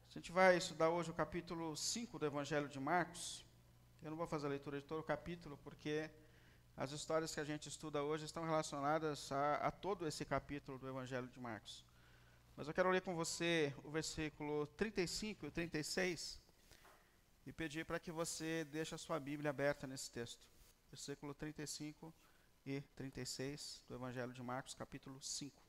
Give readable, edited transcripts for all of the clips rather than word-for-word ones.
A gente vai estudar hoje o capítulo 5 do Evangelho de Marcos. Eu não vou fazer a leitura de todo o capítulo, porque as histórias que a gente estuda hoje estão relacionadas a todo esse capítulo do Evangelho de Marcos. Mas eu quero ler com você o versículo 35 e 36 e pedir para que você deixe a sua Bíblia aberta nesse texto. Versículo 35 e 36 do Evangelho de Marcos, capítulo 5.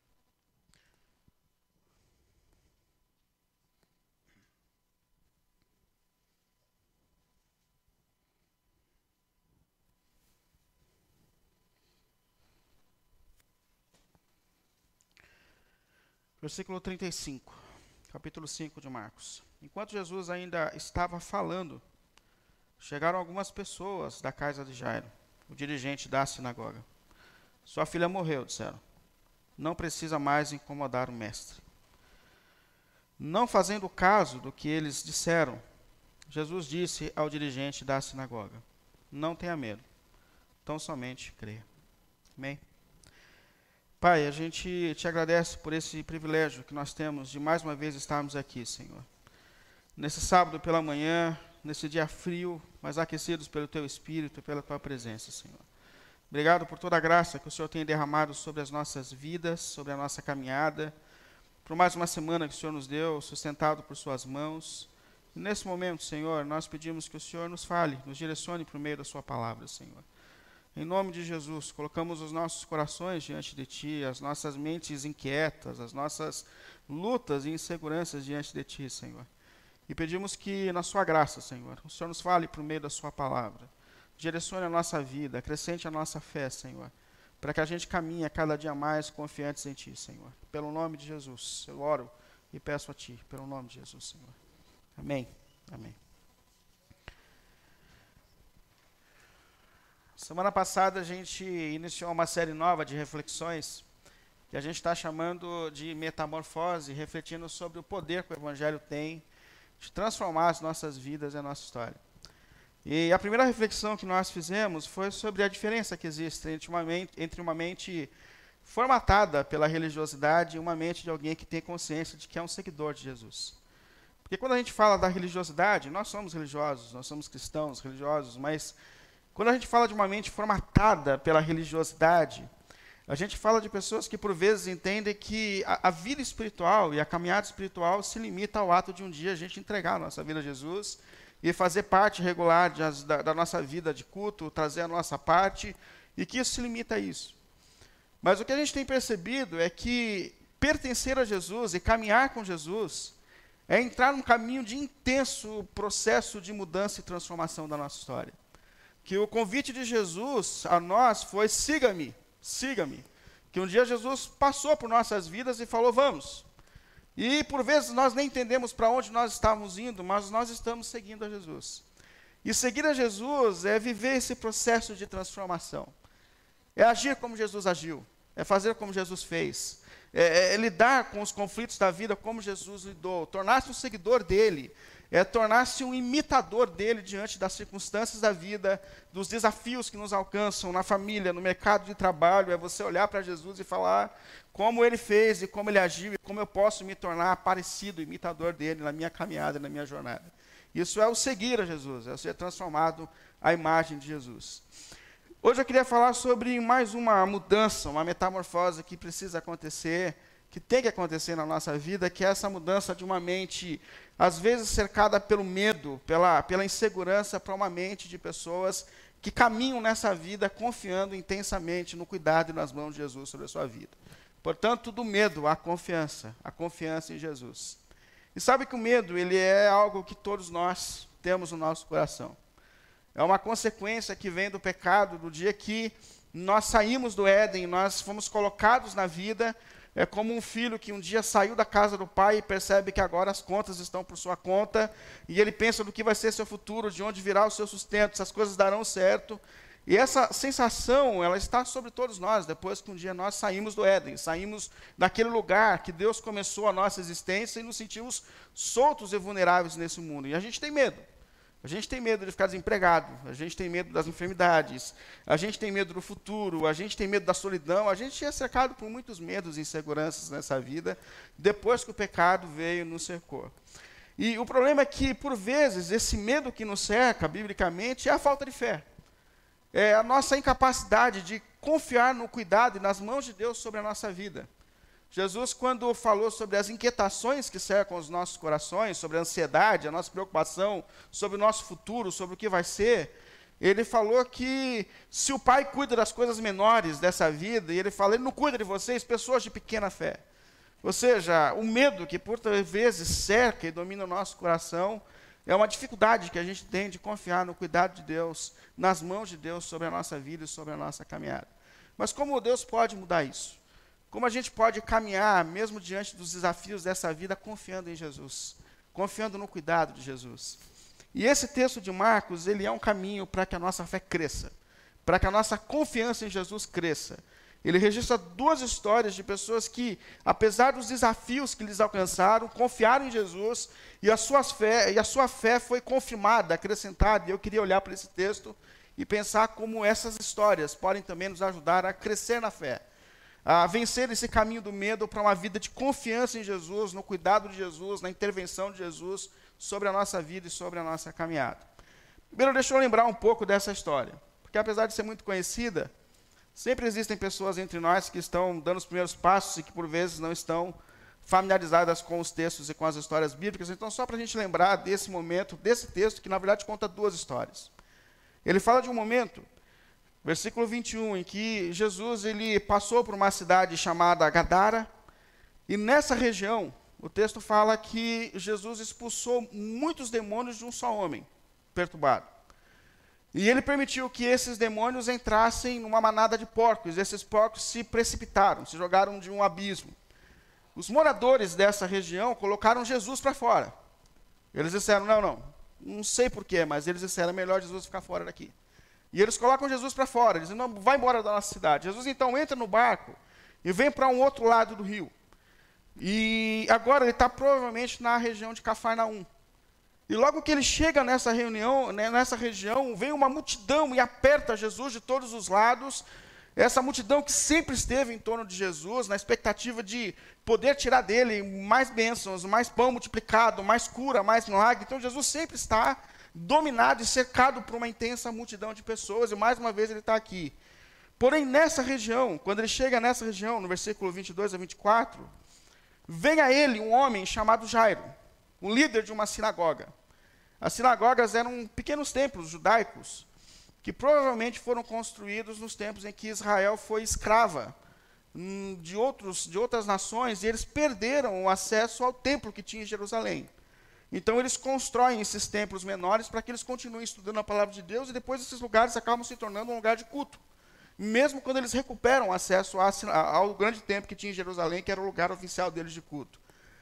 Versículo 35, capítulo 5 de Marcos. Enquanto Jesus ainda estava falando, chegaram algumas pessoas da casa de Jairo, o dirigente da sinagoga. Sua filha morreu, disseram. Não precisa mais incomodar o mestre. Não fazendo caso do que eles disseram, Jesus disse ao dirigente da sinagoga: não tenha medo, tão somente creia. Amém? Pai, a gente te agradece por esse privilégio que nós temos de mais uma vez estarmos aqui, Senhor. Nesse sábado pela manhã, nesse dia frio, mas aquecidos pelo Teu Espírito e pela Tua presença, Senhor. Obrigado por toda a graça que o Senhor tem derramado sobre as nossas vidas, sobre a nossa caminhada, por mais uma semana que o Senhor nos deu, sustentado por Suas mãos. E nesse momento, Senhor, nós pedimos que o Senhor nos fale, nos direcione por meio da Sua palavra, Senhor. Em nome de Jesus, colocamos os nossos corações diante de Ti, as nossas mentes inquietas, as nossas lutas e inseguranças diante de Ti, Senhor. E pedimos que, na Sua graça, Senhor, o Senhor nos fale por meio da Sua palavra. Direcione a nossa vida, acrescente a nossa fé, Senhor, para que a gente caminhe cada dia mais confiantes em Ti, Senhor. Pelo nome de Jesus, eu oro e peço a Ti, pelo nome de Jesus, Senhor. Amém. Amém. Semana passada a gente iniciou uma série nova de reflexões que a gente está chamando de metamorfose, refletindo sobre o poder que o Evangelho tem de transformar as nossas vidas e a nossa história. E a primeira reflexão que nós fizemos foi sobre a diferença que existe entre uma mente formatada pela religiosidade e uma mente de alguém que tem consciência de que é um seguidor de Jesus. Porque quando a gente fala da religiosidade, nós somos religiosos, nós somos cristãos religiosos, mas quando a gente fala de uma mente formatada pela religiosidade, a gente fala de pessoas que por vezes entendem que a vida espiritual e a caminhada espiritual se limita ao ato de um dia a gente entregar a nossa vida a Jesus e fazer parte regular da nossa vida de culto, trazer a nossa parte, e que isso se limita a isso. Mas o que a gente tem percebido é que pertencer a Jesus e caminhar com Jesus é entrar num caminho de intenso processo de mudança e transformação da nossa história. Que o convite de Jesus a nós foi: siga-me, siga-me. Que um dia Jesus passou por nossas vidas e falou: vamos. E por vezes nós nem entendemos para onde nós estávamos indo, mas nós estamos seguindo a Jesus. E seguir a Jesus é viver esse processo de transformação. É agir como Jesus agiu, é fazer como Jesus fez, é lidar com os conflitos da vida como Jesus lidou, tornar-se um seguidor dele, é tornar-se um imitador dele diante das circunstâncias da vida, dos desafios que nos alcançam na família, no mercado de trabalho. É você olhar para Jesus e falar como ele fez e como ele agiu e como eu posso me tornar parecido, imitador dele na minha caminhada, na minha jornada. Isso é o seguir a Jesus, é o ser transformado à imagem de Jesus. Hoje eu queria falar sobre mais uma mudança, uma metamorfose que precisa acontecer, que tem que acontecer na nossa vida, que é essa mudança de uma mente, às vezes cercada pelo medo, pela insegurança, para uma mente de pessoas que caminham nessa vida confiando intensamente no cuidado e nas mãos de Jesus sobre a sua vida. Portanto, do medo à confiança em Jesus. E sabe que o medo, ele é algo que todos nós temos no nosso coração. É uma consequência que vem do pecado, do dia que nós saímos do Éden, nós fomos colocados na vida. É como um filho que um dia saiu da casa do pai e percebe que agora as contas estão por sua conta, e ele pensa no que vai ser seu futuro, de onde virá o seu sustento, se as coisas darão certo. E essa sensação, ela está sobre todos nós, depois que um dia nós saímos do Éden, saímos daquele lugar que Deus começou a nossa existência e nos sentimos soltos e vulneráveis nesse mundo. E a gente tem medo. A gente tem medo de ficar desempregado, a gente tem medo das enfermidades, a gente tem medo do futuro, a gente tem medo da solidão, a gente é cercado por muitos medos e inseguranças nessa vida, depois que o pecado veio e nos cercou. E o problema é que, por vezes, esse medo que nos cerca, biblicamente, é a falta de fé. É a nossa incapacidade de confiar no cuidado e nas mãos de Deus sobre a nossa vida. Jesus, quando falou sobre as inquietações que cercam os nossos corações, sobre a ansiedade, a nossa preocupação, sobre o nosso futuro, sobre o que vai ser, ele falou que se o Pai cuida das coisas menores dessa vida, e ele fala, ele não cuida de vocês, pessoas de pequena fé. Ou seja, o medo que por vezes cerca e domina o nosso coração é uma dificuldade que a gente tem de confiar no cuidado de Deus, nas mãos de Deus sobre a nossa vida e sobre a nossa caminhada. Mas como Deus pode mudar isso? Como a gente pode caminhar, mesmo diante dos desafios dessa vida, confiando em Jesus, confiando no cuidado de Jesus? E esse texto de Marcos, ele é um caminho para que a nossa fé cresça, para que a nossa confiança em Jesus cresça. Ele registra duas histórias de pessoas que, apesar dos desafios que lhes alcançaram, confiaram em Jesus e a sua fé foi confirmada, acrescentada. E eu queria olhar para esse texto e pensar como essas histórias podem também nos ajudar a crescer na fé, a vencer esse caminho do medo para uma vida de confiança em Jesus, no cuidado de Jesus, na intervenção de Jesus sobre a nossa vida e sobre a nossa caminhada. Primeiro, deixa eu lembrar um pouco dessa história, porque apesar de ser muito conhecida, sempre existem pessoas entre nós que estão dando os primeiros passos e que, por vezes, não estão familiarizadas com os textos e com as histórias bíblicas. Então, só para a gente lembrar desse momento, desse texto, que, na verdade, conta duas histórias. Ele fala de um momento, versículo 21, em que Jesus ele passou por uma cidade chamada Gadara, e nessa região, o texto fala que Jesus expulsou muitos demônios de um só homem, perturbado. E ele permitiu que esses demônios entrassem numa manada de porcos. Esses porcos se precipitaram, se jogaram de um abismo. Os moradores dessa região colocaram Jesus para fora. Eles disseram, não sei porquê, mas eles disseram, é melhor Jesus ficar fora daqui. E eles colocam Jesus para fora, eles dizem, não, vai embora da nossa cidade. Jesus então entra no barco e vem para um outro lado do rio. E agora ele está provavelmente na região de Cafarnaum. E logo que ele chega nessa região, vem uma multidão e aperta Jesus de todos os lados. Essa multidão que sempre esteve em torno de Jesus, na expectativa de poder tirar dele mais bênçãos, mais pão multiplicado, mais cura, mais milagre. Então Jesus sempre está dominado e cercado por uma intensa multidão de pessoas, e mais uma vez ele está aqui. Porém, nessa região, quando ele chega nessa região, no versículo 22 a 24, vem a ele um homem chamado Jairo, um líder de uma sinagoga. As sinagogas eram pequenos templos judaicos, que provavelmente foram construídos nos tempos em que Israel foi escrava de outras nações, e eles perderam o acesso ao templo que tinha em Jerusalém. Então eles constroem esses templos menores para que eles continuem estudando a palavra de Deus, e depois esses lugares acabam se tornando um lugar de culto. Mesmo quando eles recuperam acesso ao grande templo que tinha em Jerusalém, que era o lugar oficial deles de culto.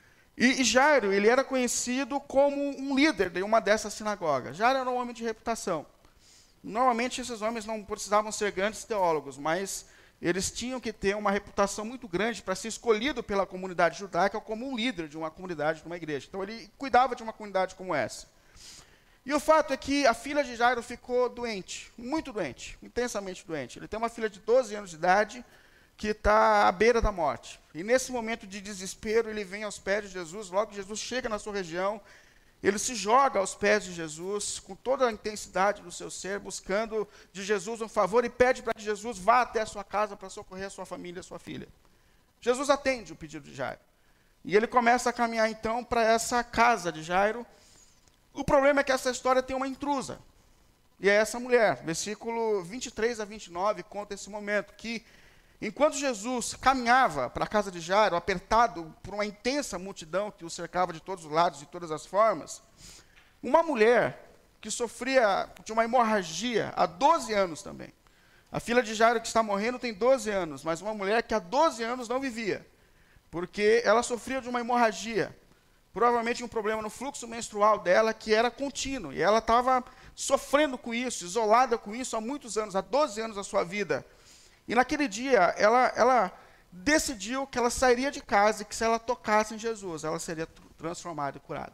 E Jairo, ele era conhecido como um líder de uma dessas sinagogas. Jairo era um homem de reputação. Normalmente esses homens não precisavam ser grandes teólogos, mas eles tinham que ter uma reputação muito grande para ser escolhido pela comunidade judaica como um líder de uma comunidade, de uma igreja. Então ele cuidava de uma comunidade como essa. E o fato é que a filha de Jairo ficou doente, muito doente, intensamente doente. Ele tem uma filha de 12 anos de idade que está à beira da morte. E nesse momento de desespero, ele vem aos pés de Jesus. Logo que Jesus chega na sua região, ele se joga aos pés de Jesus, com toda a intensidade do seu ser, buscando de Jesus um favor, e pede para que Jesus vá até a sua casa para socorrer a sua família e a sua filha. Jesus atende o pedido de Jairo. E ele começa a caminhar, então, para essa casa de Jairo. O problema é que essa história tem uma intrusa. E é essa mulher. Versículo 23 a 29 conta esse momento, que enquanto Jesus caminhava para a casa de Jairo, apertado por uma intensa multidão que o cercava de todos os lados, de todas as formas, uma mulher que sofria de uma hemorragia há 12 anos também. A filha de Jairo que está morrendo tem 12 anos, mas uma mulher que há 12 anos não vivia, porque ela sofria de uma hemorragia, provavelmente um problema no fluxo menstrual dela que era contínuo, e ela estava sofrendo com isso, isolada com isso há muitos anos, há 12 anos da sua vida. E naquele dia, ela decidiu que ela sairia de casa e que se ela tocasse em Jesus, ela seria transformada e curada.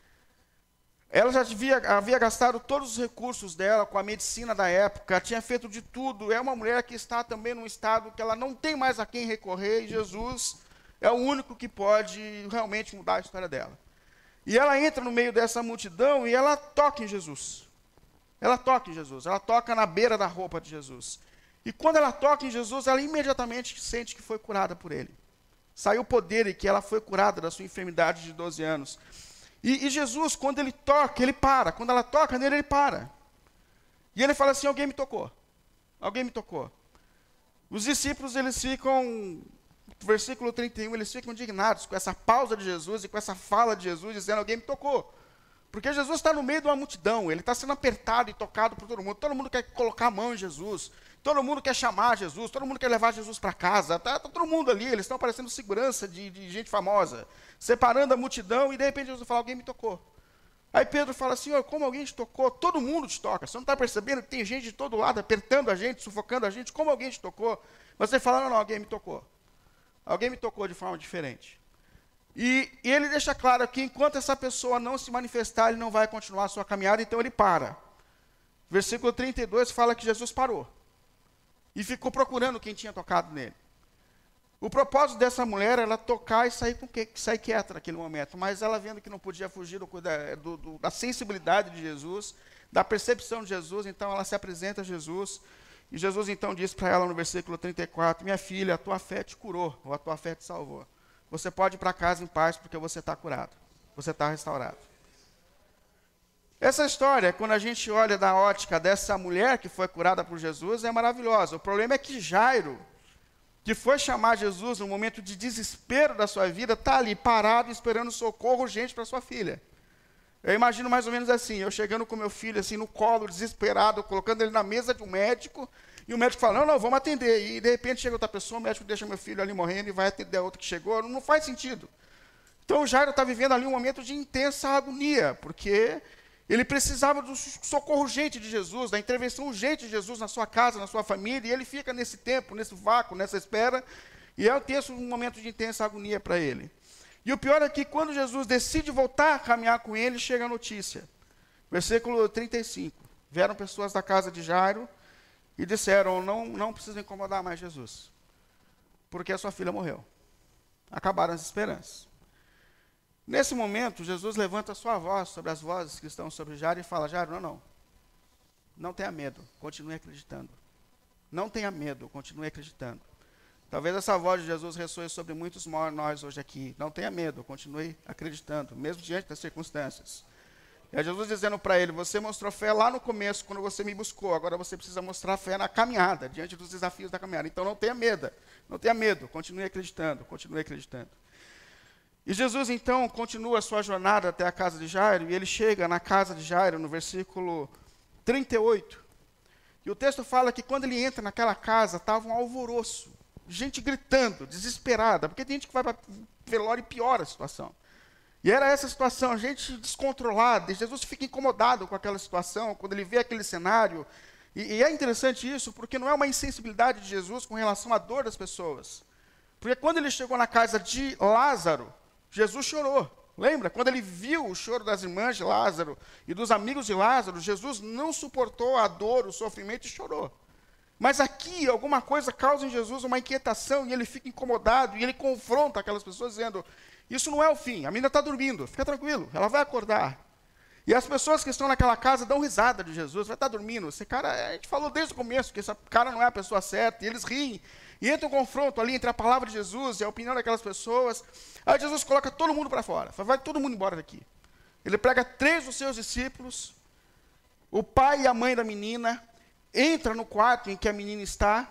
Ela já havia gastado todos os recursos dela com a medicina da época, tinha feito de tudo. É uma mulher que está também num estado que ela não tem mais a quem recorrer, e Jesus é o único que pode realmente mudar a história dela. E ela entra no meio dessa multidão e ela toca em Jesus. Ela toca em Jesus, ela toca na beira da roupa de Jesus. E quando ela toca em Jesus, ela imediatamente sente que foi curada por ele. Saiu o poder e que ela foi curada da sua enfermidade de 12 anos. E Jesus, quando ele toca, ele para. Quando ela toca nele, ele para. E ele fala assim, alguém me tocou. Alguém me tocou. Os discípulos, eles ficam, versículo 31, eles ficam indignados com essa pausa de Jesus e com essa fala de Jesus, dizendo, alguém me tocou. Porque Jesus está no meio de uma multidão, ele está sendo apertado e tocado por todo mundo quer colocar a mão em Jesus, todo mundo quer chamar Jesus, todo mundo quer levar Jesus para casa, está todo mundo ali, eles estão parecendo segurança de gente famosa, separando a multidão, e de repente Jesus fala, alguém me tocou. Aí Pedro fala, Senhor, como alguém te tocou? Todo mundo te toca, você não está percebendo que tem gente de todo lado apertando a gente, sufocando a gente, como alguém te tocou? Mas você fala, não, alguém me tocou. Alguém me tocou de forma diferente. E ele deixa claro que enquanto essa pessoa não se manifestar, ele não vai continuar a sua caminhada, então ele para. Versículo 32 fala que Jesus parou. E ficou procurando quem tinha tocado nele. O propósito dessa mulher era tocar e sair quieta naquele momento. Mas ela vendo que não podia fugir da sensibilidade de Jesus, da percepção de Jesus, então ela se apresenta a Jesus. E Jesus então diz para ela no versículo 34, minha filha, a tua fé te curou, ou a tua fé te salvou. Você pode ir para casa em paz porque você está curado. Você está restaurado. Essa história, quando a gente olha da ótica dessa mulher que foi curada por Jesus, é maravilhosa. O problema é que Jairo, que foi chamar Jesus no momento de desespero da sua vida, está ali parado esperando socorro urgente para sua filha. Eu imagino mais ou menos assim, eu chegando com meu filho assim no colo, desesperado, colocando ele na mesa de um médico, e o médico fala, não, vamos atender. E de repente chega outra pessoa, o médico deixa meu filho ali morrendo e vai atender a outra que chegou. Não faz sentido. Então o Jairo está vivendo ali um momento de intensa agonia, porque ele precisava do socorro urgente de Jesus, da intervenção urgente de Jesus na sua casa, na sua família, e ele fica nesse tempo, nesse vácuo, nessa espera, e é um momento de intensa agonia para ele. E o pior é que quando Jesus decide voltar a caminhar com ele, chega a notícia. Versículo 35. Vieram pessoas da casa de Jairo, e disseram, não precisa incomodar mais Jesus, porque a sua filha morreu. Acabaram as esperanças. Nesse momento, Jesus levanta a sua voz sobre as vozes que estão sobre Jairo e fala, Jairo, não tenha medo, continue acreditando. Não tenha medo, continue acreditando. Talvez essa voz de Jesus ressoe sobre muitos nós hoje aqui. Não tenha medo, continue acreditando, mesmo diante das circunstâncias. É Jesus dizendo para ele, você mostrou fé lá no começo, quando você me buscou, agora você precisa mostrar fé na caminhada, diante dos desafios da caminhada. Então não tenha medo, continue acreditando, continue acreditando. E Jesus então continua a sua jornada até a casa de Jairo, e ele chega na casa de Jairo, no versículo 38. E o texto fala que quando ele entra naquela casa, estava um alvoroço, gente gritando, desesperada, porque tem gente que vai para velório e piora a situação. E era essa situação, gente descontrolada, e Jesus fica incomodado com aquela situação, quando ele vê aquele cenário. E é interessante isso, porque não é uma insensibilidade de Jesus com relação à dor das pessoas. Porque quando ele chegou na casa de Lázaro, Jesus chorou. Lembra? Quando ele viu o choro das irmãs de Lázaro e dos amigos de Lázaro, Jesus não suportou a dor, o sofrimento e chorou. Mas aqui, alguma coisa causa em Jesus uma inquietação, e ele fica incomodado, e ele confronta aquelas pessoas, dizendo, isso não é o fim, a menina está dormindo, fica tranquilo, ela vai acordar. E as pessoas que estão naquela casa dão risada de Jesus, vai estar dormindo, esse cara, a gente falou desde o começo que esse cara não é a pessoa certa, e eles riem, e entra um confronto ali entre a palavra de Jesus e a opinião daquelas pessoas. Aí Jesus coloca todo mundo para fora, fala, vai todo mundo embora daqui. Ele pega 3 dos seus discípulos, o pai e a mãe da menina, entra no quarto em que a menina está,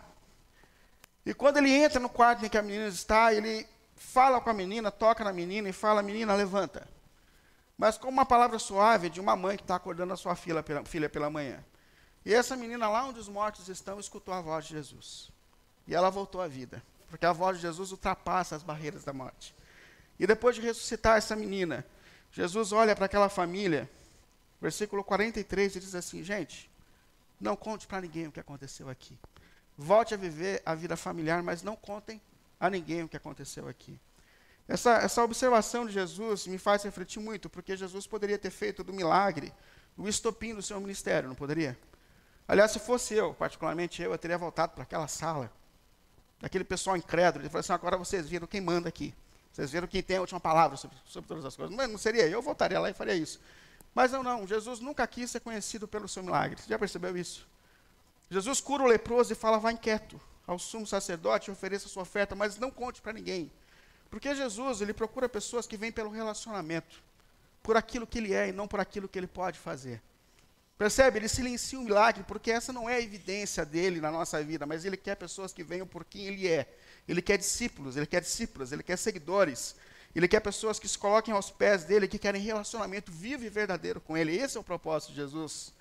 e quando ele entra no quarto em que a menina está, ele fala com a menina, toca na menina e fala, menina, levanta. Mas com uma palavra suave de uma mãe que está acordando a sua filha pela manhã. E essa menina lá onde os mortos estão, escutou a voz de Jesus. E ela voltou à vida, porque a voz de Jesus ultrapassa as barreiras da morte. E depois de ressuscitar essa menina, Jesus olha para aquela família, versículo 43, e diz assim, gente, não conte para ninguém o que aconteceu aqui. Volte a viver a vida familiar, mas não contem a ninguém o que aconteceu aqui. Essa observação de Jesus me faz refletir muito, porque Jesus poderia ter feito do milagre o estopim do seu ministério, não poderia? Aliás, se fosse eu, particularmente eu teria voltado para aquela sala, daquele pessoal incrédulo, e falei assim, agora vocês viram quem manda aqui. Vocês viram quem tem a última palavra sobre todas as coisas. Não seria eu voltaria lá e faria isso. Mas não, Jesus nunca quis ser conhecido pelo seu milagre. Você já percebeu isso? Jesus cura o leproso e fala, vá inquieto ao sumo sacerdote e ofereça sua oferta, mas não conte para ninguém. Porque Jesus, ele procura pessoas que vêm pelo relacionamento, por aquilo que ele é e não por aquilo que ele pode fazer. Percebe? Ele silencia o milagre, porque essa não é a evidência dele na nossa vida, mas ele quer pessoas que venham por quem ele é. Ele quer discípulos, ele quer discípulas, ele quer seguidores. Ele quer pessoas que se coloquem aos pés dele, que querem relacionamento vivo e verdadeiro com ele. Esse é o propósito de Jesus.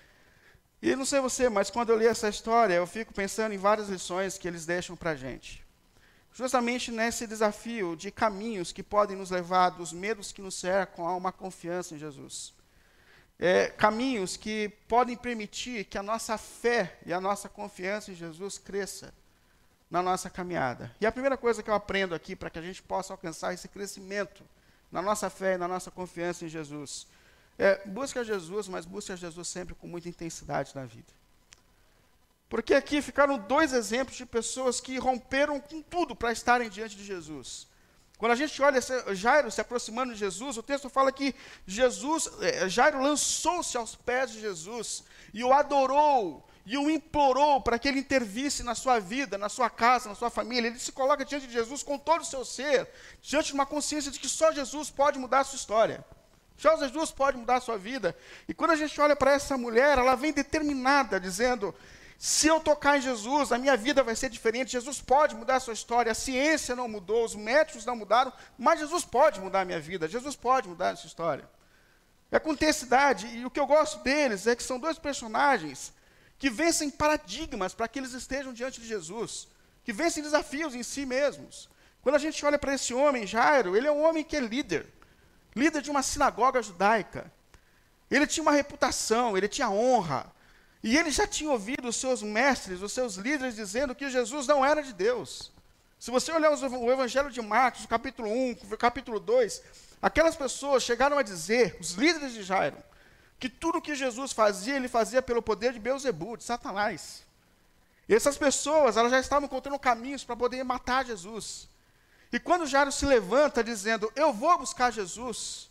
E não sei você, mas quando eu li essa história, eu fico pensando em várias lições que eles deixam para a gente. Justamente nesse desafio de caminhos que podem nos levar dos medos que nos cercam a uma confiança em Jesus. Caminhos que podem permitir que a nossa fé e a nossa confiança em Jesus cresça na nossa caminhada. E a primeira coisa que eu aprendo aqui para que a gente possa alcançar esse crescimento na nossa fé e na nossa confiança em Jesus busca Jesus, mas busca Jesus sempre com muita intensidade na vida. Porque aqui ficaram 2 exemplos de pessoas que romperam com tudo para estarem diante de Jesus. Quando a gente olha Jairo se aproximando de Jesus, o texto fala que Jairo lançou-se aos pés de Jesus e o adorou e o implorou para que ele intervisse na sua vida, na sua casa, na sua família. Ele se coloca diante de Jesus com todo o seu ser, diante de uma consciência de que só Jesus pode mudar a sua história. Só Jesus pode mudar a sua vida. E quando a gente olha para essa mulher, ela vem determinada, dizendo, se eu tocar em Jesus, a minha vida vai ser diferente. Jesus pode mudar a sua história. A ciência não mudou, os médicos não mudaram, mas Jesus pode mudar a minha vida. Jesus pode mudar a sua história. É com intensidade. E o que eu gosto deles é que são 2 personagens que vencem paradigmas para que eles estejam diante de Jesus, que vencem desafios em si mesmos. Quando a gente olha para esse homem, Jairo, ele é um homem que é líder de uma sinagoga judaica. Ele tinha uma reputação, ele tinha honra. E ele já tinha ouvido os seus mestres, os seus líderes, dizendo que Jesus não era de Deus. Se você olhar o Evangelho de Marcos, capítulo 1, capítulo 2, aquelas pessoas chegaram a dizer, os líderes de Jairo, que tudo que Jesus fazia, ele fazia pelo poder de Beelzebul, de Satanás. E essas pessoas, elas já estavam encontrando caminhos para poder matar Jesus. E quando Jairo se levanta dizendo, eu vou buscar Jesus,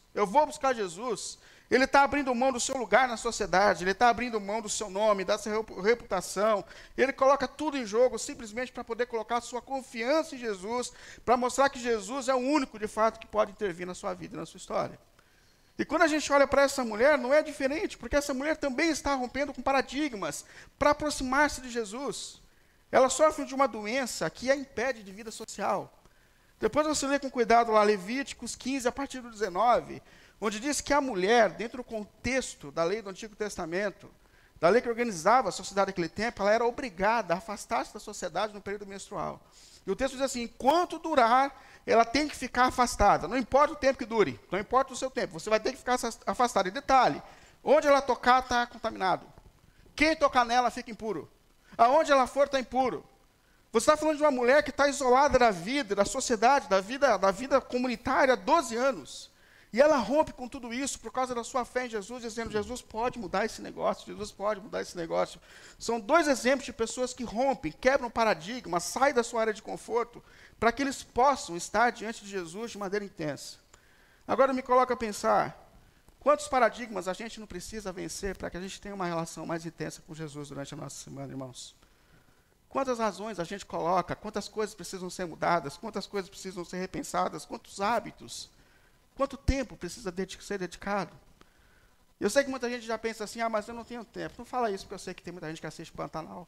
ele está abrindo mão do seu lugar na sociedade, ele está abrindo mão do seu nome, da sua reputação, ele coloca tudo em jogo simplesmente para poder colocar sua confiança em Jesus, para mostrar que Jesus é o único, de fato, que pode intervir na sua vida e na sua história. E quando a gente olha para essa mulher, não é diferente, porque essa mulher também está rompendo com paradigmas para aproximar-se de Jesus. Ela sofre de uma doença que a impede de vida social. Depois você lê com cuidado lá Levíticos 15, a partir do 19, onde diz que a mulher, dentro do contexto da lei do Antigo Testamento, da lei que organizava a sociedade daquele tempo, ela era obrigada a afastar-se da sociedade no período menstrual. E o texto diz assim, enquanto durar, ela tem que ficar afastada. Não importa o tempo que dure, não importa o seu tempo, você vai ter que ficar afastada. E detalhe, onde ela tocar está contaminado. Quem tocar nela fica impuro. Aonde ela for está impuro. Você está falando de uma mulher que está isolada da vida, da sociedade, da vida comunitária há 12 anos. E ela rompe com tudo isso por causa da sua fé em Jesus, dizendo, Jesus pode mudar esse negócio, Jesus pode mudar esse negócio. São 2 exemplos de pessoas que rompem, quebram paradigma, saem da sua área de conforto, para que eles possam estar diante de Jesus de maneira intensa. Agora me coloca a pensar, quantos paradigmas a gente não precisa vencer para que a gente tenha uma relação mais intensa com Jesus durante a nossa semana, irmãos? Quantas razões a gente coloca, quantas coisas precisam ser mudadas, quantas coisas precisam ser repensadas, quantos hábitos, quanto tempo precisa ser dedicado? Eu sei que muita gente já pensa assim, mas eu não tenho tempo. Não fala isso, porque eu sei que tem muita gente que assiste Pantanal.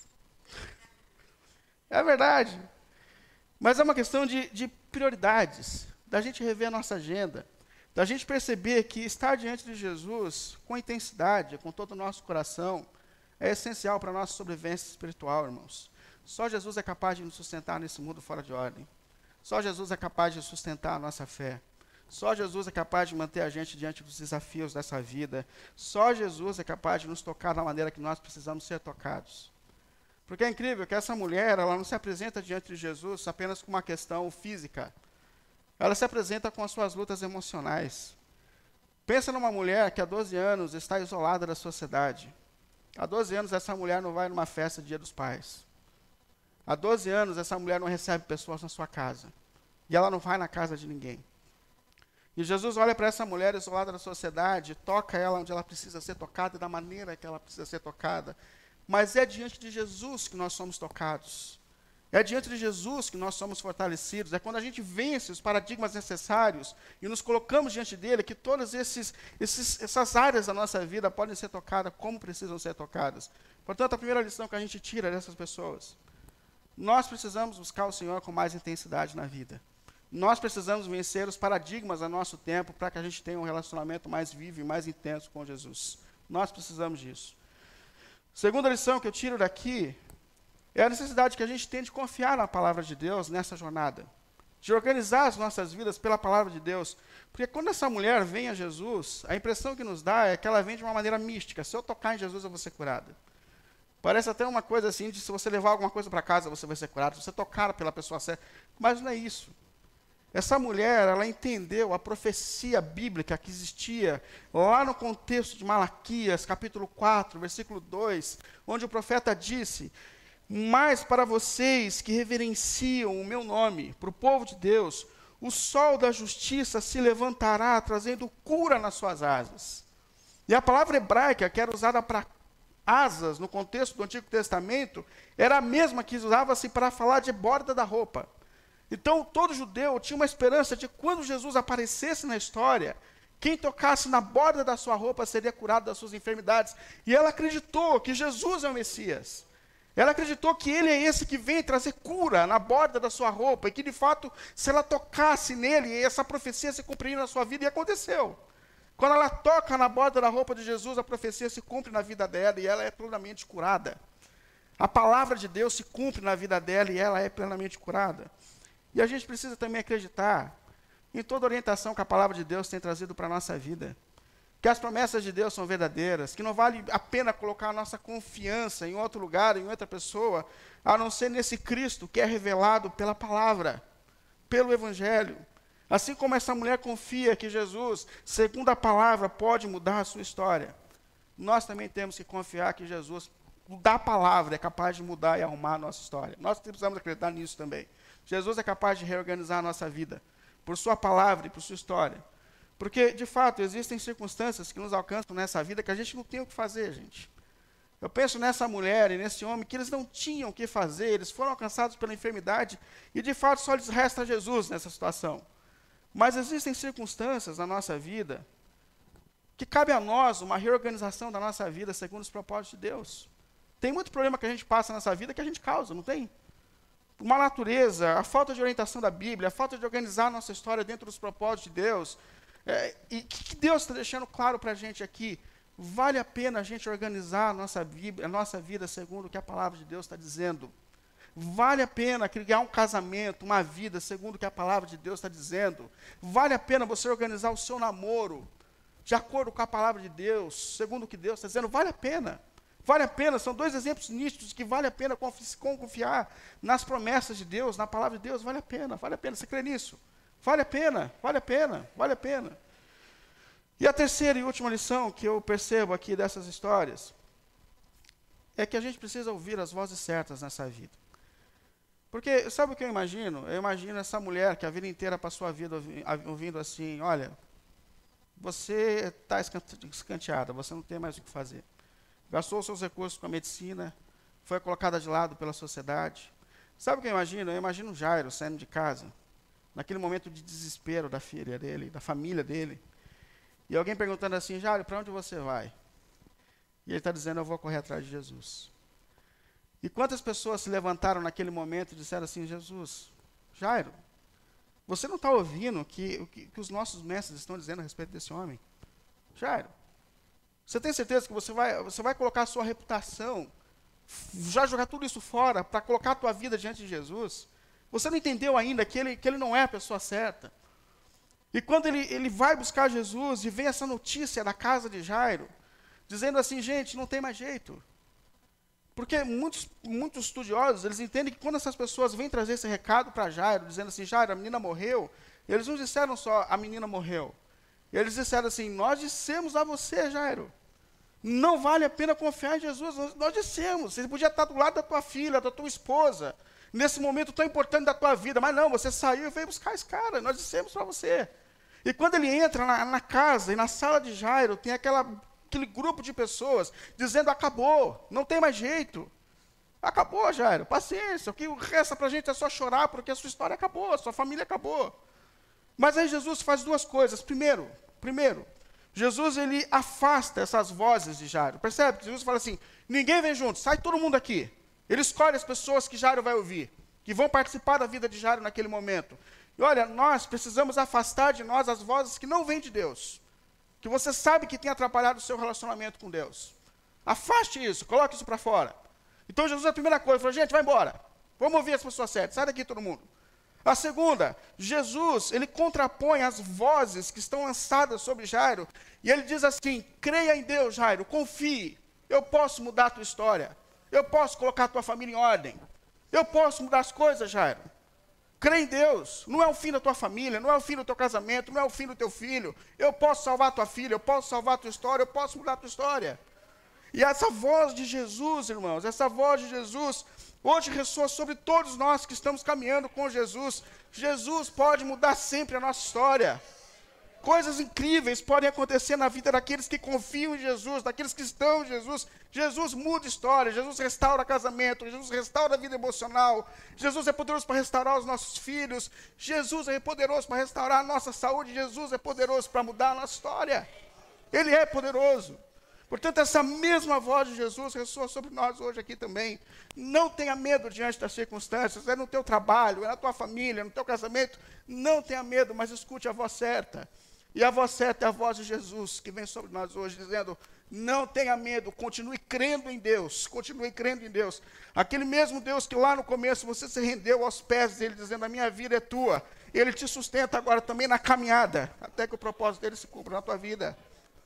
É verdade. Mas é uma questão de prioridades, da gente rever a nossa agenda, da gente perceber que estar diante de Jesus com intensidade, com todo o nosso coração, é essencial para a nossa sobrevivência espiritual, irmãos. Só Jesus é capaz de nos sustentar nesse mundo fora de ordem. Só Jesus é capaz de sustentar a nossa fé. Só Jesus é capaz de manter a gente diante dos desafios dessa vida. Só Jesus é capaz de nos tocar da maneira que nós precisamos ser tocados. Porque é incrível que essa mulher, ela não se apresenta diante de Jesus apenas com uma questão física. Ela se apresenta com as suas lutas emocionais. Pensa numa mulher que há 12 anos está isolada da sociedade. Há 12 anos essa mulher não vai numa festa Dia dos Pais. Há 12 anos essa mulher não recebe pessoas na sua casa. e ela não vai na casa de ninguém. E Jesus olha para essa mulher isolada da sociedade, toca ela onde ela precisa ser tocada, da maneira que ela precisa ser tocada. Mas é diante de Jesus que nós somos tocados. É diante de Jesus que nós somos fortalecidos. É quando a gente vence os paradigmas necessários e nos colocamos diante dele que todas essas áreas da nossa vida podem ser tocadas como precisam ser tocadas. Portanto, a primeira lição que a gente tira dessas pessoas: nós precisamos buscar o Senhor com mais intensidade na vida. Nós precisamos vencer os paradigmas do nosso tempo para que a gente tenha um relacionamento mais vivo e mais intenso com Jesus. Nós precisamos disso. Segunda lição que eu tiro daqui é a necessidade que a gente tem de confiar na palavra de Deus nessa jornada, de organizar as nossas vidas pela palavra de Deus. Porque quando essa mulher vem a Jesus, a impressão que nos dá é que ela vem de uma maneira mística. Se eu tocar em Jesus, eu vou ser curada. Parece até uma coisa assim, de se você levar alguma coisa para casa, você vai ser curado. Se você tocar pela pessoa certa. Mas não é isso. Essa mulher, ela entendeu a profecia bíblica que existia lá no contexto de Malaquias, capítulo 4, versículo 2, onde o profeta disse: mas para vocês que reverenciam o meu nome, para o povo de Deus, o sol da justiça se levantará, trazendo cura nas suas asas. E a palavra hebraica, que era usada para asas, no contexto do Antigo Testamento, era a mesma que usava-se para falar de borda da roupa. Então, todo judeu tinha uma esperança de que quando Jesus aparecesse na história, quem tocasse na borda da sua roupa seria curado das suas enfermidades. E ela acreditou que Jesus é o Messias. Ela acreditou que ele é esse que vem trazer cura na borda da sua roupa, e que, de fato, se ela tocasse nele, essa profecia se cumpriria na sua vida, e aconteceu. Quando ela toca na borda da roupa de Jesus, a profecia se cumpre na vida dela, e ela é plenamente curada. A palavra de Deus se cumpre na vida dela, e ela é plenamente curada. E a gente precisa também acreditar em toda a orientação que a palavra de Deus tem trazido para a nossa vida. Que as promessas de Deus são verdadeiras, que não vale a pena colocar a nossa confiança em outro lugar, em outra pessoa, a não ser nesse Cristo que é revelado pela palavra, pelo Evangelho. Assim como essa mulher confia que Jesus, segundo a palavra, pode mudar a sua história, nós também temos que confiar que Jesus, da palavra, é capaz de mudar e arrumar a nossa história. Nós precisamos acreditar nisso também. Jesus é capaz de reorganizar a nossa vida, por sua palavra e por sua história. Porque, de fato, existem circunstâncias que nos alcançam nessa vida que a gente não tem o que fazer, gente. Eu penso nessa mulher e nesse homem que eles não tinham o que fazer, eles foram alcançados pela enfermidade e, de fato, só lhes resta Jesus nessa situação. Mas existem circunstâncias na nossa vida que cabe a nós uma reorganização da nossa vida segundo os propósitos de Deus. Tem muito problema que a gente passa nessa vida que a gente causa, não tem? Uma natureza, a falta de orientação da Bíblia, a falta de organizar a nossa história dentro dos propósitos de Deus. E o que Deus está deixando claro para a gente aqui? Vale a pena a gente organizar a nossa vida segundo o que a palavra de Deus está dizendo. Vale a pena criar um casamento, uma vida segundo o que a palavra de Deus está dizendo. Vale a pena você organizar o seu namoro de acordo com a palavra de Deus, segundo o que Deus está dizendo. Vale a pena. Vale a pena, são dois exemplos nítidos que vale a pena confiar nas promessas de Deus, na palavra de Deus. Vale a pena, você crê nisso? Vale a pena. E a terceira e última lição que eu percebo aqui dessas histórias é que a gente precisa ouvir as vozes certas nessa vida. Porque, sabe o que eu imagino? Eu imagino essa mulher que a vida inteira passou a vida ouvindo assim: olha, você está escanteada, você não tem mais o que fazer. Gastou os seus recursos com a medicina, foi colocada de lado pela sociedade. Sabe o que eu imagino? Eu imagino Jairo saindo de casa, naquele momento de desespero da filha dele, da família dele. E alguém perguntando assim: Jairo, para onde você vai? E ele está dizendo: eu vou correr atrás de Jesus. E quantas pessoas se levantaram naquele momento e disseram assim: Jesus, Jairo, você não está ouvindo o que os nossos mestres estão dizendo a respeito desse homem? Jairo, você tem certeza que você vai colocar a sua reputação, já jogar tudo isso fora para colocar a tua vida diante de Jesus? Você não entendeu ainda que ele não é a pessoa certa? E quando ele vai buscar Jesus e vem essa notícia da casa de Jairo, dizendo assim: gente, não tem mais jeito. Porque muitos estudiosos, eles entendem que quando essas pessoas vêm trazer esse recado para Jairo, dizendo assim: Jairo, a menina morreu, eles não disseram só a menina morreu. Eles disseram assim: nós dissemos a você, Jairo, não vale a pena confiar em Jesus. Nós dissemos, você podia estar do lado da tua filha, da tua esposa. nesse momento tão importante da tua vida. Mas não, você saiu e veio buscar esse cara, nós dissemos para você. E quando ele entra na casa e na sala de Jairo, tem aquele grupo de pessoas dizendo, acabou, não tem mais jeito. Acabou, Jairo, paciência, o que resta para a gente é só chorar, porque a sua história acabou, a sua família acabou. Mas aí Jesus faz duas coisas. Primeiro, Jesus ele afasta essas vozes de Jairo. Percebe? Jesus fala assim, ninguém vem junto, sai todo mundo aqui. Ele escolhe as pessoas que Jairo vai ouvir, que vão participar da vida de Jairo naquele momento. E olha, nós precisamos afastar de nós as vozes que não vêm de Deus, que você sabe que tem atrapalhado o seu relacionamento com Deus. Afaste isso, coloque isso para fora. Então Jesus, a primeira coisa, falou, gente, vai embora. Vamos ouvir as pessoas certas, sai daqui todo mundo. A segunda, Jesus, ele contrapõe as vozes que estão lançadas sobre Jairo, e ele diz assim, creia em Deus, Jairo, confie, eu posso mudar a tua história, eu posso colocar a tua família em ordem, eu posso mudar as coisas, Jairo. Crê em Deus, não é o fim da tua família, não é o fim do teu casamento, não é o fim do teu filho. Eu posso salvar a tua filha, eu posso salvar a tua história, eu posso mudar a tua história. E essa voz de Jesus, irmãos, essa voz de Jesus, hoje ressoa sobre todos nós que estamos caminhando com Jesus. Jesus pode mudar sempre a nossa história. Coisas incríveis podem acontecer na vida daqueles que confiam em Jesus, daqueles que estão em Jesus. Jesus muda história, Jesus restaura casamento, Jesus restaura a vida emocional. Jesus é poderoso para restaurar os nossos filhos. Jesus é poderoso para restaurar a nossa saúde. Jesus é poderoso para mudar a nossa história. Ele é poderoso. Portanto, essa mesma voz de Jesus ressoa sobre nós hoje aqui também. Não tenha medo diante das circunstâncias, é no teu trabalho, é na tua família, no teu casamento. Não tenha medo, mas escute a voz certa. E a voz certa é a voz de Jesus, que vem sobre nós hoje, dizendo, não tenha medo, continue crendo em Deus, continue crendo em Deus. Aquele mesmo Deus que lá no começo você se rendeu aos pés dele, dizendo, a minha vida é tua. Ele te sustenta agora também na caminhada, até que o propósito dele se cumpra na tua vida.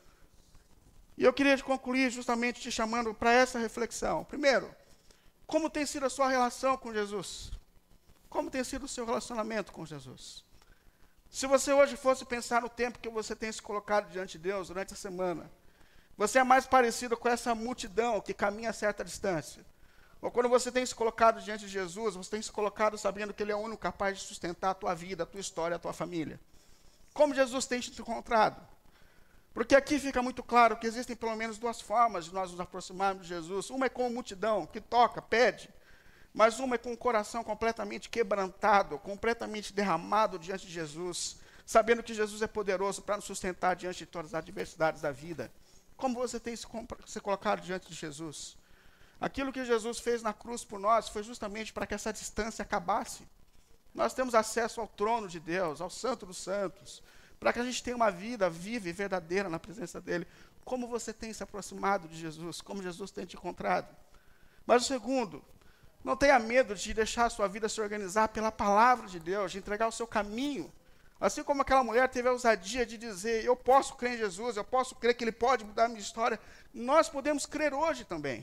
E eu queria concluir justamente te chamando para essa reflexão. Primeiro, como tem sido a sua relação com Jesus? Como tem sido o seu relacionamento com Jesus? Se você hoje fosse pensar no tempo que você tem se colocado diante de Deus durante a semana, você é mais parecido com essa multidão que caminha a certa distância. Ou quando você tem se colocado diante de Jesus, você tem se colocado sabendo que Ele é o único capaz de sustentar a tua vida, a tua história, a tua família. Como Jesus tem te encontrado? Porque aqui fica muito claro que existem pelo menos duas formas de nós nos aproximarmos de Jesus. Uma é com a multidão, que toca, pede. Mas uma é com o coração completamente quebrantado, completamente derramado diante de Jesus, sabendo que Jesus é poderoso para nos sustentar diante de todas as adversidades da vida. Como você tem se colocado diante de Jesus? Aquilo que Jesus fez na cruz por nós foi justamente para que essa distância acabasse. Nós temos acesso ao trono de Deus, ao Santo dos Santos, para que a gente tenha uma vida viva e verdadeira na presença dEle. Como você tem se aproximado de Jesus? Como Jesus tem te encontrado? Mas o segundo, não tenha medo de deixar a sua vida se organizar pela palavra de Deus, de entregar o seu caminho. Assim como aquela mulher teve a ousadia de dizer, eu posso crer em Jesus, eu posso crer que Ele pode mudar a minha história, nós podemos crer hoje também.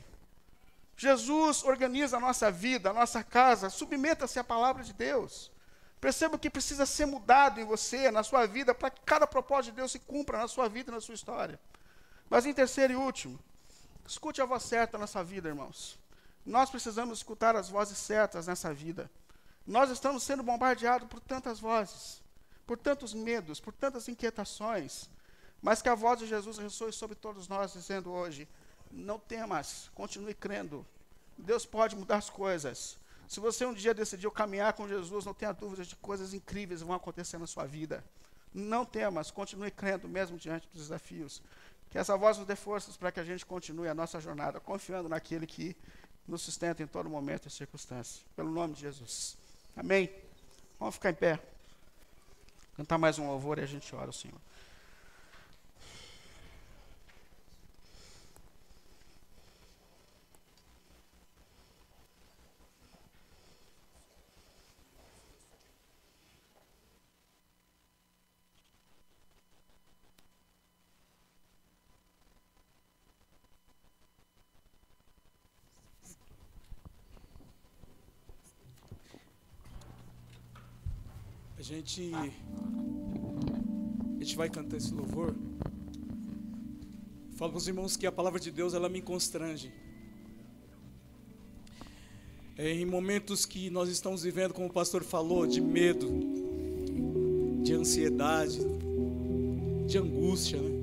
Jesus organiza a nossa vida, a nossa casa, submeta-se à palavra de Deus. Perceba o que precisa ser mudado em você, na sua vida, para que cada propósito de Deus se cumpra na sua vida e na sua história. Mas em terceiro e último, escute a voz certa na sua vida, irmãos. Nós precisamos escutar as vozes certas nessa vida. Nós estamos sendo bombardeados por tantas vozes, por tantos medos, por tantas inquietações, mas que a voz de Jesus ressoe sobre todos nós, dizendo hoje, não temas, continue crendo. Deus pode mudar as coisas. Se você um dia decidiu caminhar com Jesus, não tenha dúvidas de coisas incríveis vão acontecer na sua vida. Não temas, continue crendo mesmo diante dos desafios. Que essa voz nos dê forças para que a gente continue a nossa jornada, confiando naquele que nos sustenta em todo momento e circunstância. Pelo nome de Jesus. Amém? Vamos ficar em pé. Cantar mais um louvor e a gente ora ao Senhor. A gente vai cantar esse louvor. Falo para os irmãos que a palavra de Deus, ela me constrange. Em momentos que nós estamos vivendo, como o pastor falou, de medo, de ansiedade, de angústia, né?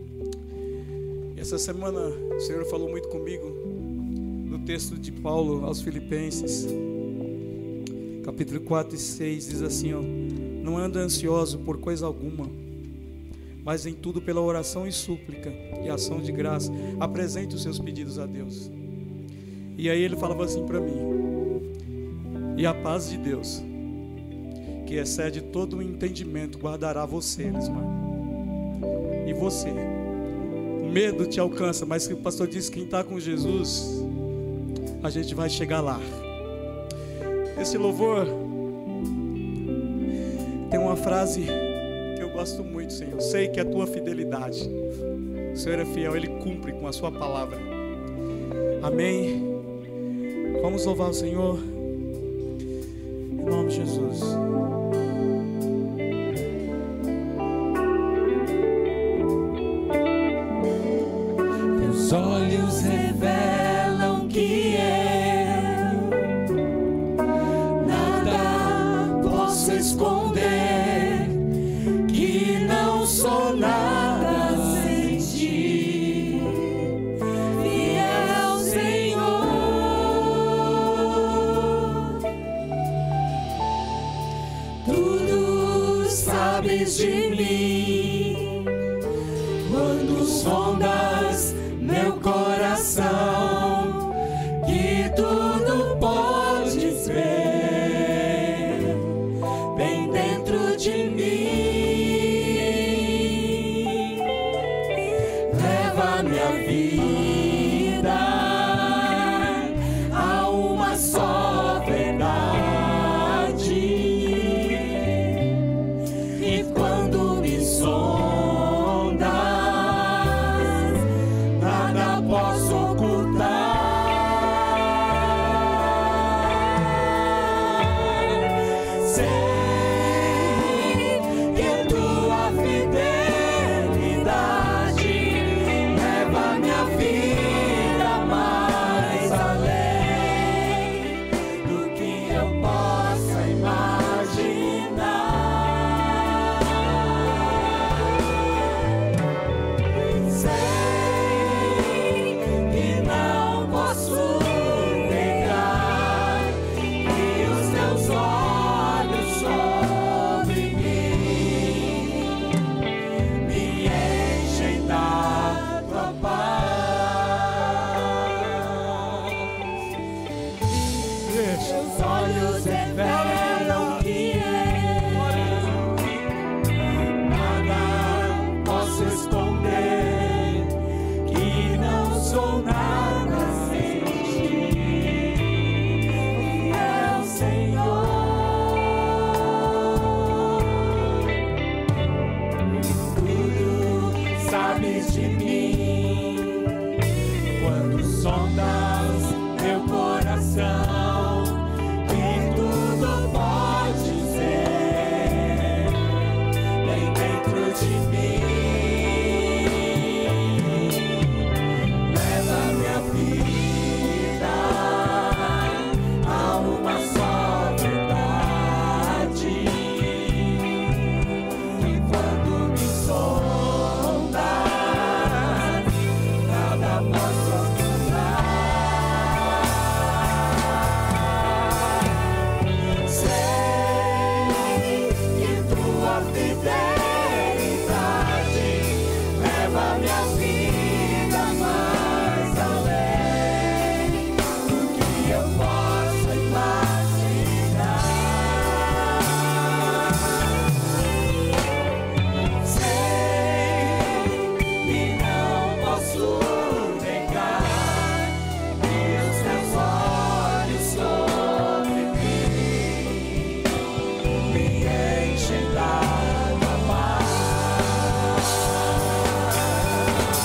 E essa semana o Senhor falou muito comigo no texto de Paulo aos Filipenses, capítulo 4 e 6, diz assim, ó: não anda ansioso por coisa alguma, mas em tudo pela oração e súplica e ação de graça, apresente os seus pedidos a Deus. E aí ele falava assim para mim: e a paz de Deus, que excede todo o entendimento, guardará você, Elismar. E você, o medo te alcança, mas o pastor disse que quem está com Jesus, a gente vai chegar lá. Esse louvor tem uma frase que eu gosto muito, Senhor: sei que a tua fidelidade, o Senhor é fiel, Ele cumpre com a sua palavra. Amém. Vamos louvar o Senhor em nome de Jesus. Teus olhos revelam que nada posso esconder, que não sou nada sem ti, fiel Senhor. Tudo sabes de mim, quando sondas meu coração, que tudo podes ver bem dentro de mim. Leva minha vida a uma só verdade, e quando me sondas, nada posso ocultar. Sei que tua fidelidade leva minha vida mais além do que eu possa imaginar. Sei que não posso negar que os teus olhos sobre mim me enchem da tua paz. Teus olhos revelam que nada posso esconder, que não sou nada sem ti, fiel Senhor. Tudo sabes de mim, quando sondas meu coração, que tudo pode ser bem dentro de mim. Leva minha vida a uma só verdade, e quando me sondas, nada posso ocultar. Sei que tua fidelidade leva minha vida mais além do que eu possa imaginar. Sei que não posso negar que os teus olhos sobre mim me enchem da tua paz.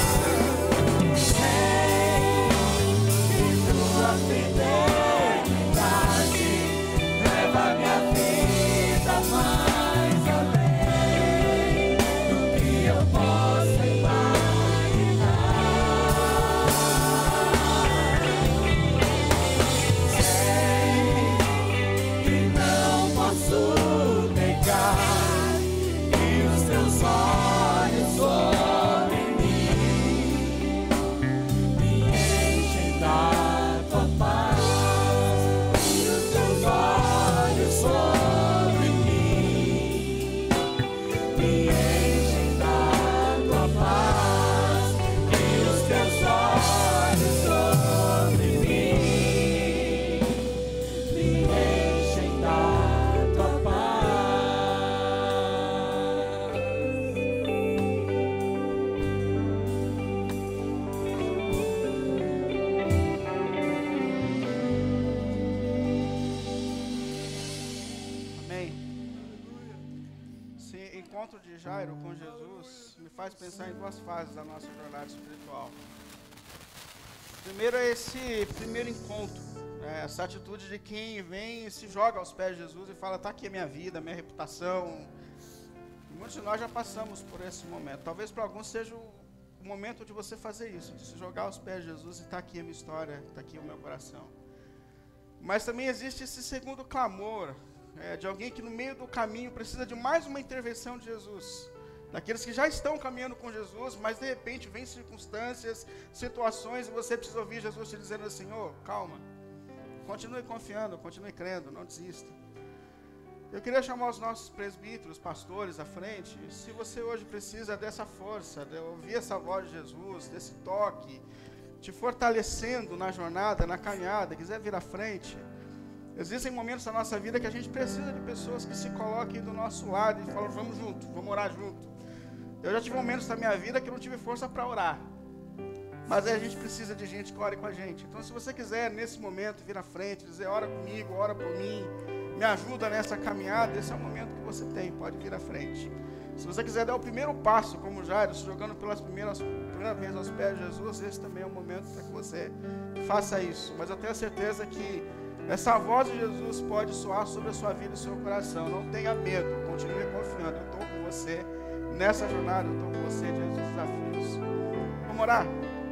de Jairo com Jesus me faz pensar em duas fases da nossa jornada espiritual. Primeiro é esse primeiro encontro, né? Essa atitude de quem vem e se joga aos pés de Jesus e fala, tá aqui a minha vida, a minha reputação. E muitos de nós já passamos por esse momento. Talvez para alguns seja o momento de você fazer isso, de se jogar aos pés de Jesus e tá aqui a minha história, tá aqui o meu coração. Mas também existe esse segundo clamor, de alguém que no meio do caminho precisa de mais uma intervenção de Jesus. Daqueles que já estão caminhando com Jesus, mas de repente vem circunstâncias, situações, e você precisa ouvir Jesus te dizendo assim, calma, continue confiando, continue crendo, não desista. Eu queria chamar os nossos presbíteros, pastores à frente. Se você hoje precisa dessa força, de ouvir essa voz de Jesus, desse toque, te fortalecendo na jornada, na caminhada, quiser vir à frente. Existem momentos da nossa vida que a gente precisa de pessoas que se coloquem do nosso lado e falam, vamos junto, vamos orar junto. Eu já tive momentos da minha vida que eu não tive força para orar. Mas aí a gente precisa de gente que ore com a gente. Então se você quiser nesse momento vir à frente, dizer, ora comigo, ora por mim, me ajuda nessa caminhada, esse é o momento que você tem, pode vir à frente. Se você quiser dar o primeiro passo, como Jairo, se jogando pela primeira vez aos pés de Jesus, esse também é o momento para que você faça isso. Mas eu tenho certeza que essa voz de Jesus pode soar sobre a sua vida e o seu coração. Não tenha medo, continue confiando. Eu estou com você nessa jornada, eu estou com você diante dos desafios. Vamos orar?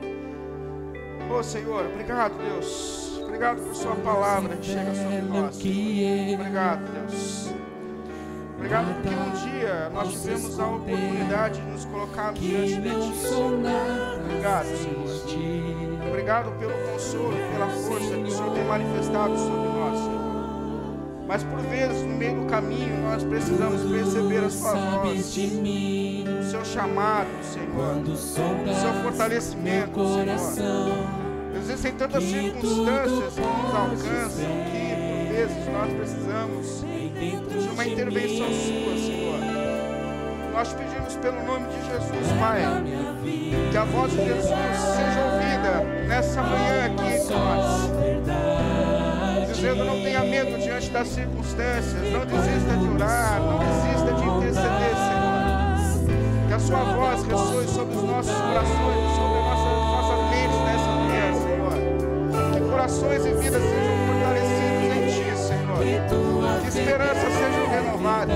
Senhor, obrigado, Deus. Obrigado por sua palavra que chega sobre nós. Obrigado, Deus. Obrigado porque um dia nós tivemos a oportunidade de nos colocarmos diante de Ti, Senhor. Obrigado, Senhor. Obrigado pelo consolo e pela força que o Senhor tem manifestado sobre nós, Senhor. Mas por vezes, no meio do caminho, nós precisamos perceber a sua voz, o seu chamado, Senhor, o seu fortalecimento, Senhor. Existem tantas circunstâncias que nos alcançam que, por vezes, nós precisamos de uma intervenção sua, Senhor. Nós pedimos pelo nome de Jesus, Pai, que a voz de Jesus seja ouvida nessa manhã aqui entre nós, dizendo, não tenha medo diante das circunstâncias, não desista de orar, não desista de interceder, Senhor. Que a sua voz ressoe sobre os nossos corações, sobre nossas mentes nessa manhã, Senhor. Que corações e vidas sejam fortalecidos em Ti, Senhor. Que esperanças sejam renovadas.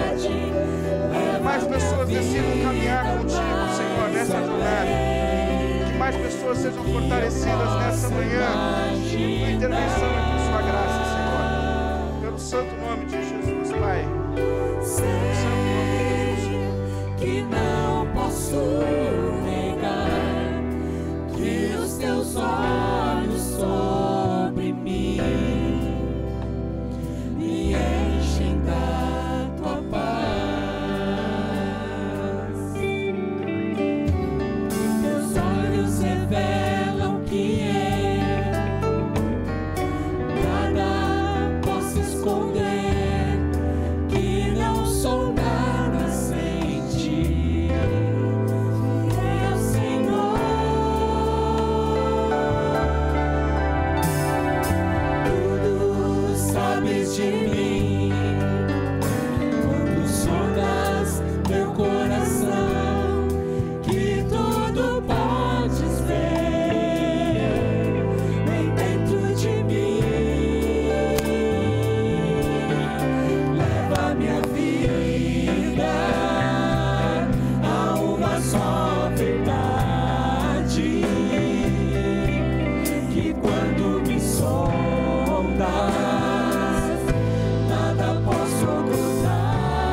Que mais pessoas decidam caminhar contigo, Senhor, nessa jornada. Que mais pessoas sejam fortalecidas nessa manhã. Tua intervenção e por sua graça, Senhor. Pelo santo nome de Jesus, Pai. Pelo santo nome de Jesus, Senhor. Que não posso negar que os teus olhos sobre mim me enchem da tua paz. Teus olhos revelam que nada posso esconder, que não sou nada sem Ti, meu Senhor. Tudo sabes de mim, quando sondas meu coração, que tudo podes ver bem dentro de mim. Leva minha vida a uma só verdade, que quando me sondas, nada posso ocultar.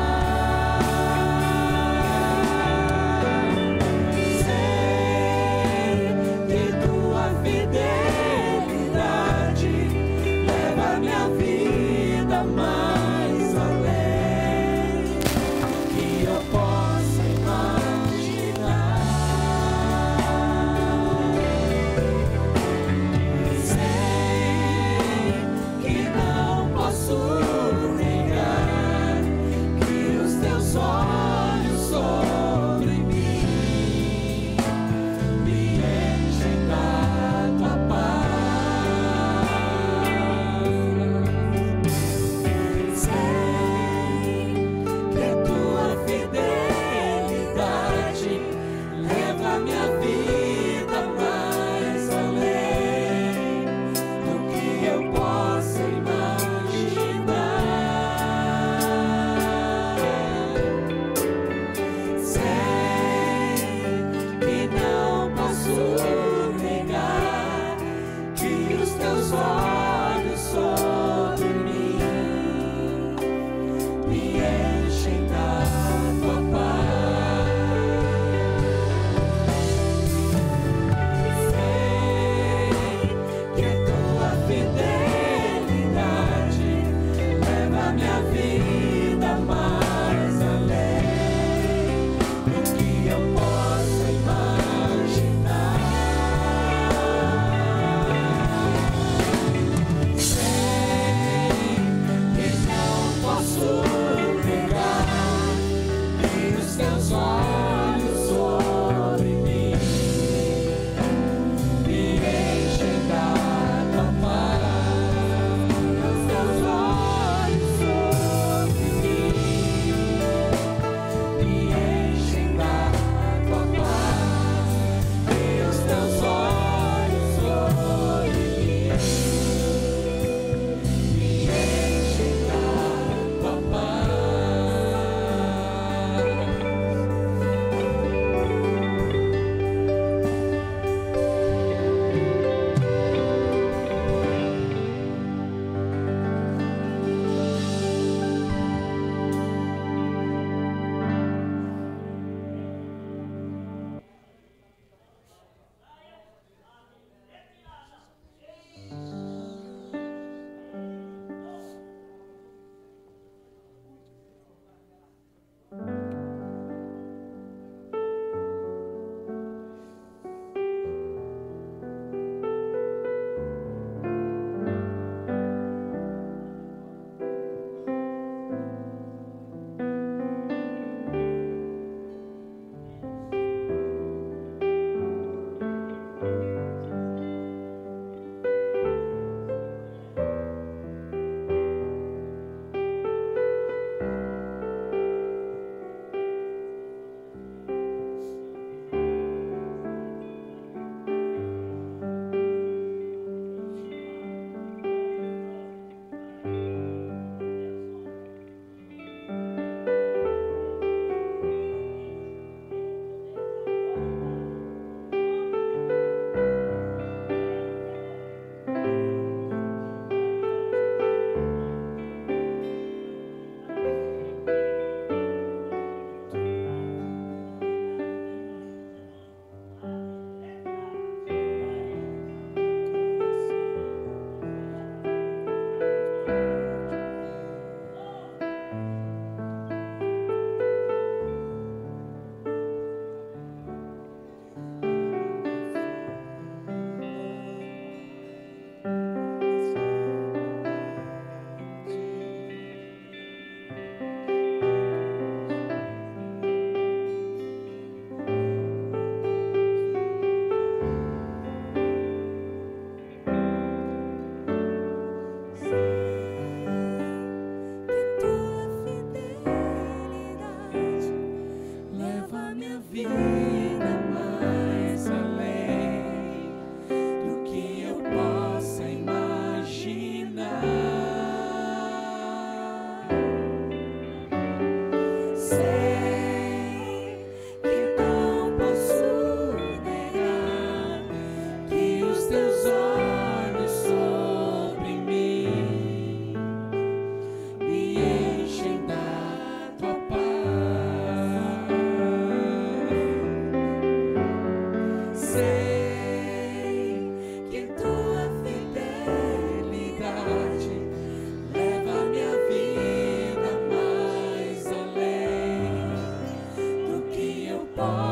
Sei que tua fidelidade leva minha vida mais além que eu possa imaginar.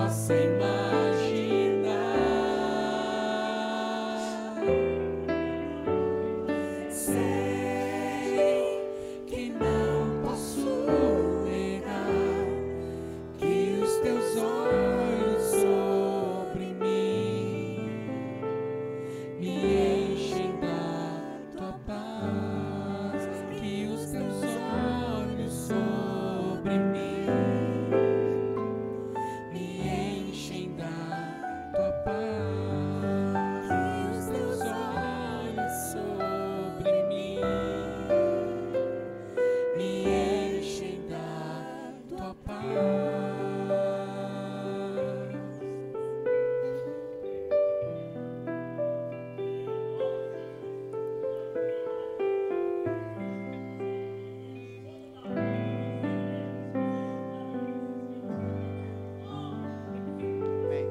possa imaginar. Sei que não posso negar que os teus olhos sobre mim me enchem da tua paz, que os teus olhos sobre mim me enchem da tua paz, que os teus olhos sobre mim me enchem da tua paz. Amém.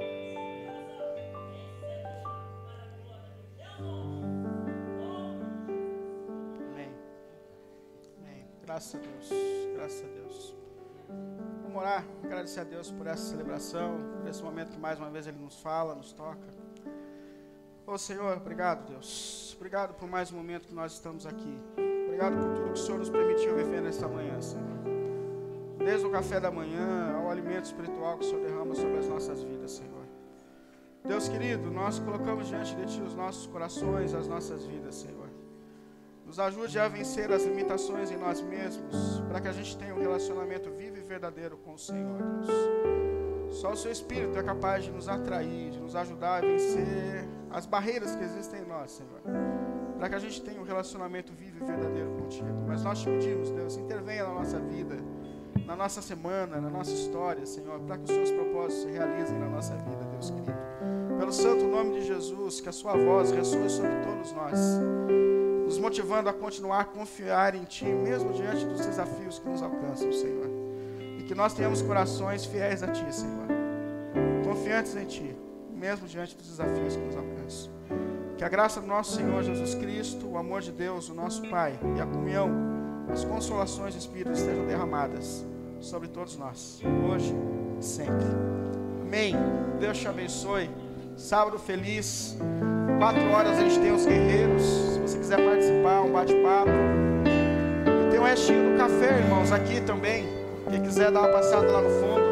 Amém. Amém. Graças a Deus. Graças a Deus. Vamos orar, agradecer a Deus por essa celebração, por esse momento que mais uma vez Ele nos fala, nos toca. Ô Senhor, obrigado, Deus. Obrigado por mais um momento que nós estamos aqui. Obrigado por tudo que o Senhor nos permitiu viver nesta manhã, Senhor. Desde o café da manhã ao alimento espiritual que o Senhor derrama sobre as nossas vidas, Senhor. Deus querido, nós colocamos diante de Ti os nossos corações, as nossas vidas, Senhor. Nos ajude a vencer as limitações em nós mesmos, para que a gente tenha um relacionamento vivo e verdadeiro com o Senhor, Deus. Só o Seu Espírito é capaz de nos atrair, de nos ajudar a vencer as barreiras que existem em nós, Senhor, para que a gente tenha um relacionamento vivo e verdadeiro contigo. Mas nós te pedimos, Deus, intervenha na nossa vida, na nossa semana, na nossa história, Senhor, para que os Seus propósitos se realizem na nossa vida, Deus querido. Pelo santo nome de Jesus, que a Sua voz ressoe sobre todos nós, nos motivando a continuar a confiar em Ti, mesmo diante dos desafios que nos alcançam, Senhor. E que nós tenhamos corações fiéis a Ti, Senhor, confiantes em Ti, mesmo diante dos desafios que nos alcançam. Que a graça do nosso Senhor Jesus Cristo, o amor de Deus, o nosso Pai, e a comunhão, as consolações do Espírito estejam derramadas sobre todos nós, hoje e sempre. Amém. Deus te abençoe. Sábado feliz. 4 horas a gente tem os guerreiros. Se você quiser participar, um bate-papo. E tem o restinho do café, irmãos, aqui também. Quem quiser dar uma passada lá no fundo.